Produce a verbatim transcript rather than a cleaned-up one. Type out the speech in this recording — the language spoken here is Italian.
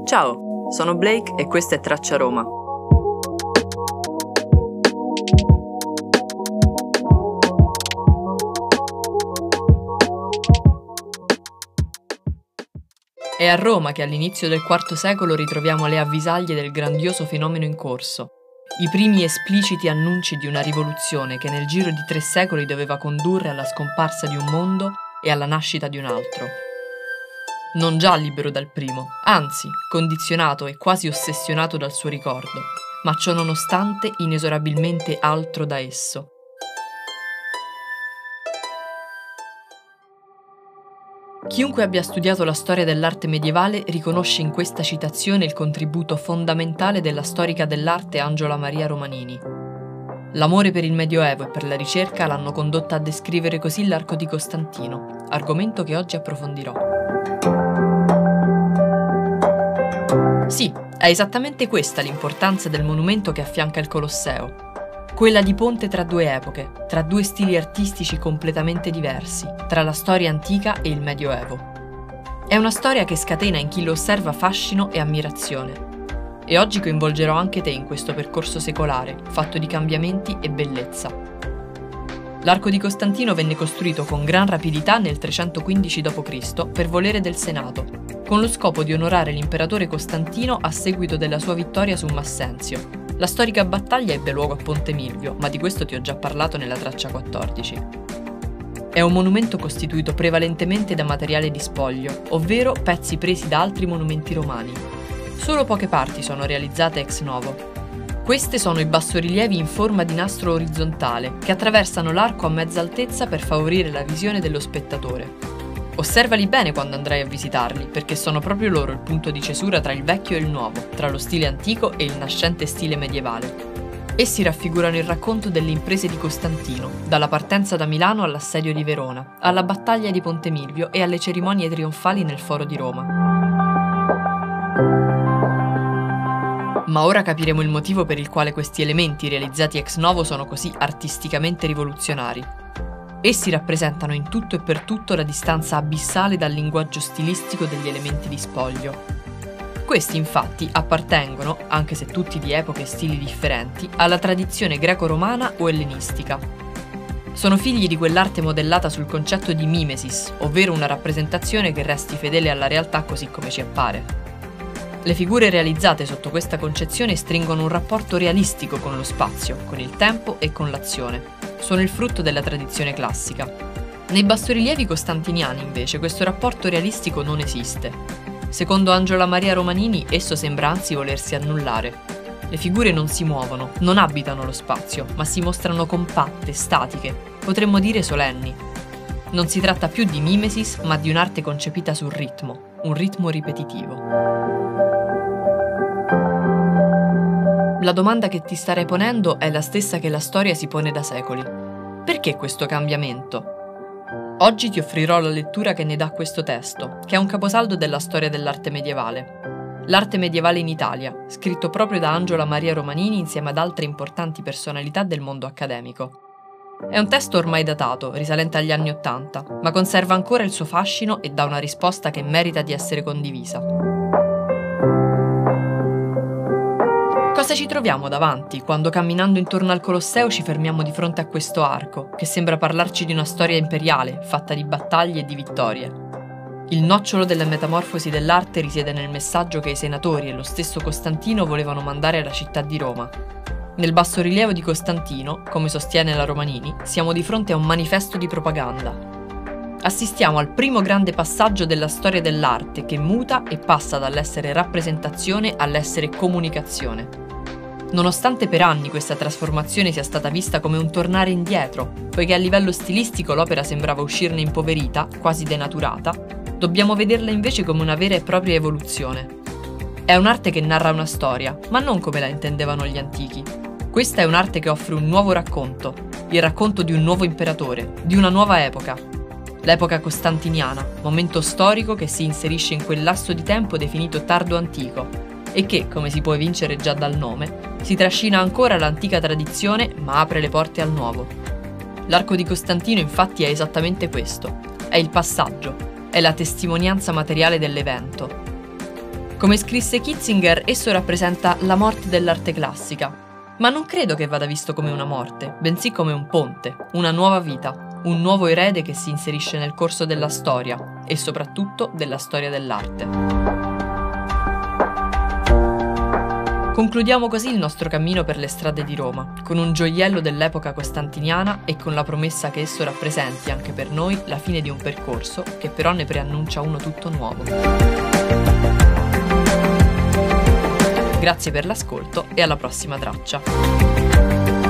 Ciao, sono Blake e questa è Traccia Roma. È a Roma che all'inizio del quarto secolo ritroviamo le avvisaglie del grandioso fenomeno in corso, i primi espliciti annunci di una rivoluzione che nel giro di tre secoli doveva condurre alla scomparsa di un mondo e alla nascita di un altro. Non già libero dal primo, anzi, condizionato e quasi ossessionato dal suo ricordo, ma ciò nonostante inesorabilmente altro da esso. Chiunque abbia studiato la storia dell'arte medievale riconosce in questa citazione il contributo fondamentale della storica dell'arte Angela Maria Romanini. L'amore per il Medioevo e per la ricerca l'hanno condotta a descrivere così l'Arco di Costantino, argomento che oggi approfondirò. Sì, è esattamente questa l'importanza del monumento che affianca il Colosseo. Quella di ponte tra due epoche, tra due stili artistici completamente diversi, tra la storia antica e il Medioevo. È una storia che scatena in chi lo osserva fascino e ammirazione. E oggi coinvolgerò anche te in questo percorso secolare, fatto di cambiamenti e bellezza. L'Arco di Costantino venne costruito con gran rapidità nel trecentoquindici dopo Cristo per volere del Senato, con lo scopo di onorare l'imperatore Costantino a seguito della sua vittoria su Massenzio. La storica battaglia ebbe luogo a Ponte Milvio, ma di questo ti ho già parlato nella traccia quattordici. È un monumento costituito prevalentemente da materiale di spoglio, ovvero pezzi presi da altri monumenti romani. Solo poche parti sono realizzate ex novo. Queste sono i bassorilievi in forma di nastro orizzontale, che attraversano l'arco a mezza altezza per favorire la visione dello spettatore. Osservali bene quando andrai a visitarli, perché sono proprio loro il punto di cesura tra il vecchio e il nuovo, tra lo stile antico e il nascente stile medievale. Essi raffigurano il racconto delle imprese di Costantino, dalla partenza da Milano all'assedio di Verona, alla battaglia di Ponte Milvio e alle cerimonie trionfali nel Foro di Roma. Ma ora capiremo il motivo per il quale questi elementi realizzati ex novo sono così artisticamente rivoluzionari. Essi rappresentano in tutto e per tutto la distanza abissale dal linguaggio stilistico degli elementi di spoglio. Questi infatti appartengono, anche se tutti di epoche e stili differenti, alla tradizione greco-romana o ellenistica. Sono figli di quell'arte modellata sul concetto di mimesis, ovvero una rappresentazione che resti fedele alla realtà così come ci appare. Le figure realizzate sotto questa concezione stringono un rapporto realistico con lo spazio, con il tempo e con l'azione. Sono il frutto della tradizione classica. Nei bassorilievi costantiniani, invece, questo rapporto realistico non esiste. Secondo Angela Maria Romanini, esso sembra anzi volersi annullare. Le figure non si muovono, non abitano lo spazio, ma si mostrano compatte, statiche, potremmo dire solenni. Non si tratta più di mimesis, ma di un'arte concepita sul ritmo, un ritmo ripetitivo. La domanda che ti starei ponendo è la stessa che la storia si pone da secoli. Perché questo cambiamento? Oggi ti offrirò la lettura che ne dà questo testo, che è un caposaldo della storia dell'arte medievale. L'arte medievale in Italia, scritto proprio da Angela Maria Romanini insieme ad altre importanti personalità del mondo accademico. È un testo ormai datato, risalente agli anni Ottanta, ma conserva ancora il suo fascino e dà una risposta che merita di essere condivisa. Cosa ci troviamo davanti quando camminando intorno al Colosseo ci fermiamo di fronte a questo arco, che sembra parlarci di una storia imperiale, fatta di battaglie e di vittorie? Il nocciolo della metamorfosi dell'arte risiede nel messaggio che i senatori e lo stesso Costantino volevano mandare alla città di Roma. Nel bassorilievo di Costantino, come sostiene la Romanini, siamo di fronte a un manifesto di propaganda. Assistiamo al primo grande passaggio della storia dell'arte che muta e passa dall'essere rappresentazione all'essere comunicazione. Nonostante per anni questa trasformazione sia stata vista come un tornare indietro, poiché a livello stilistico l'opera sembrava uscirne impoverita, quasi denaturata, dobbiamo vederla invece come una vera e propria evoluzione. È un'arte che narra una storia, ma non come la intendevano gli antichi. Questa è un'arte che offre un nuovo racconto, il racconto di un nuovo imperatore, di una nuova epoca. L'epoca costantiniana, momento storico che si inserisce in quel lasso di tempo definito tardo antico, e che, come si può evincere già dal nome, si trascina ancora l'antica tradizione ma apre le porte al nuovo. L'Arco di Costantino infatti è esattamente questo, è il passaggio, è la testimonianza materiale dell'evento. Come scrisse Kitzinger, esso rappresenta la morte dell'arte classica, ma non credo che vada visto come una morte, bensì come un ponte, una nuova vita, un nuovo erede che si inserisce nel corso della storia e soprattutto della storia dell'arte. Concludiamo così il nostro cammino per le strade di Roma, con un gioiello dell'epoca costantiniana e con la promessa che esso rappresenti anche per noi la fine di un percorso che però ne preannuncia uno tutto nuovo. Grazie per l'ascolto e alla prossima traccia.